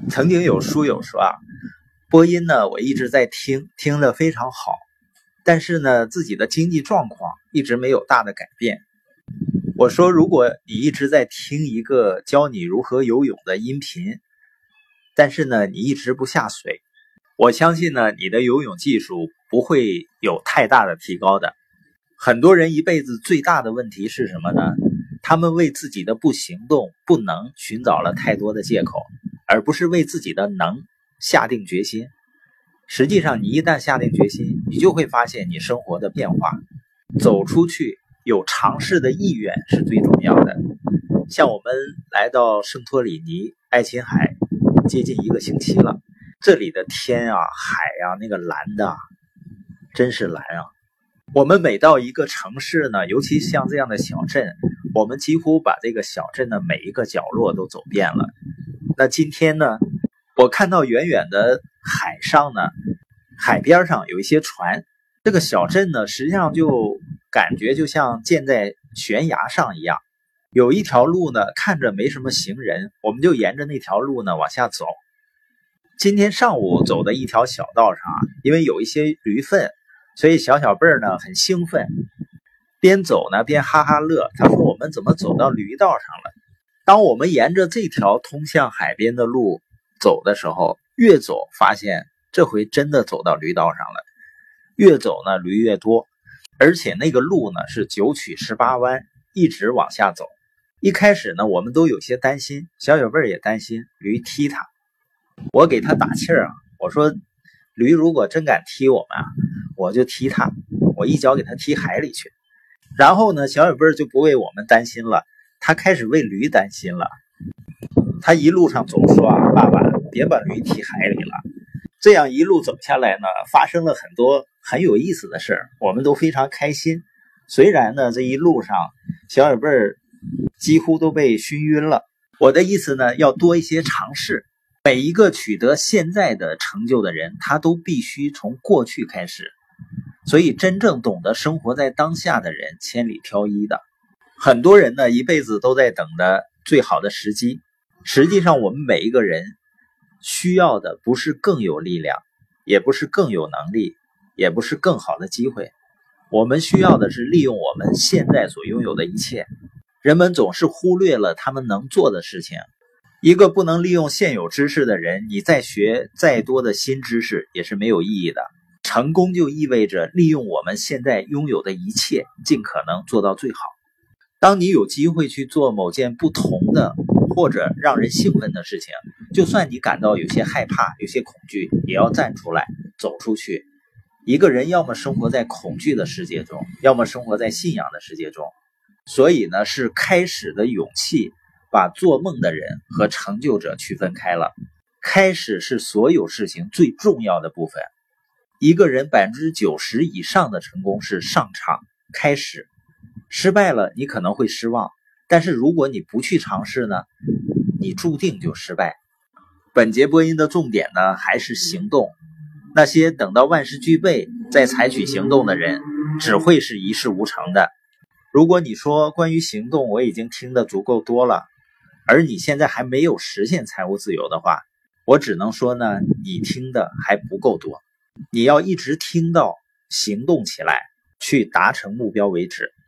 曾经有书友说播音呢我一直在听，听得非常好，但是呢自己的经济状况一直没有大的改变。我说如果你一直在听一个教你如何游泳的音频，但是呢你一直不下水，我相信呢你的游泳技术不会有太大的提高的。很多人一辈子最大的问题是什么呢？他们为自己的不行动、不能寻找了太多的借口，而不是为自己的能下定决心。实际上你一旦下定决心，你就会发现你生活的变化。走出去，有尝试的意愿是最重要的。像我们来到圣托里尼爱琴海接近1个星期了，这里的天海那个蓝的真是蓝我们每到一个城市呢，尤其像这样的小镇，我们几乎把这个小镇的每一个角落都走遍了。那今天呢，我看到远远的海上呢，海边上有一些船，这个小镇呢实际上就感觉就像建在悬崖上一样。有一条路呢看着没什么行人，我们就沿着那条路呢往下走。今天上午走的一条小道上因为有一些驴粪，所以小贝儿呢很兴奋，边走呢边哈哈乐。他说我们怎么走到驴道上了？当我们沿着这条通向海边的路走的时候，越走发现这回真的走到驴道上了。越走呢驴越多，而且那个路呢是9曲18弯，一直往下走。一开始呢我们都有些担心，小贝儿也担心驴踢他。我给他打气儿我说驴如果真敢踢我们我就踢他，我一脚给他踢海里去。然后呢小贝儿就不为我们担心了，他开始为驴担心了。他一路上总说爸爸别把驴踢海里了。这样一路走下来呢，发生了很多很有意思的事儿，我们都非常开心。虽然呢这一路上小贝儿几乎都被熏晕了。我的意思呢要多一些尝试。每一个取得现在的成就的人，他都必须从过去开始。所以真正懂得生活在当下的人千里挑一的。很多人呢一辈子都在等着最好的时机。实际上我们每一个人需要的不是更有力量，也不是更有能力，也不是更好的机会。我们需要的是利用我们现在所拥有的一切。人们总是忽略了他们能做的事情。一个不能利用现有知识的人，你再学再多的新知识也是没有意义的。成功就意味着利用我们现在拥有的一切，尽可能做到最好。当你有机会去做某件不同的或者让人兴奋的事情，就算你感到有些害怕，有些恐惧，也要站出来，走出去。一个人要么生活在恐惧的世界中，要么生活在信仰的世界中。所以呢，是开始的勇气把做梦的人和成就者区分开了。开始是所有事情最重要的部分。一个人90%以上的成功是上场开始。失败了你可能会失望，但是如果你不去尝试呢，你注定就失败。本节播音的重点呢还是行动。那些等到万事俱备再采取行动的人，只会是一事无成的。如果你说关于行动我已经听得足够多了，而你现在还没有实现财务自由的话，我只能说呢，你听的还不够多。你要一直听到行动起来，去达成目标为止。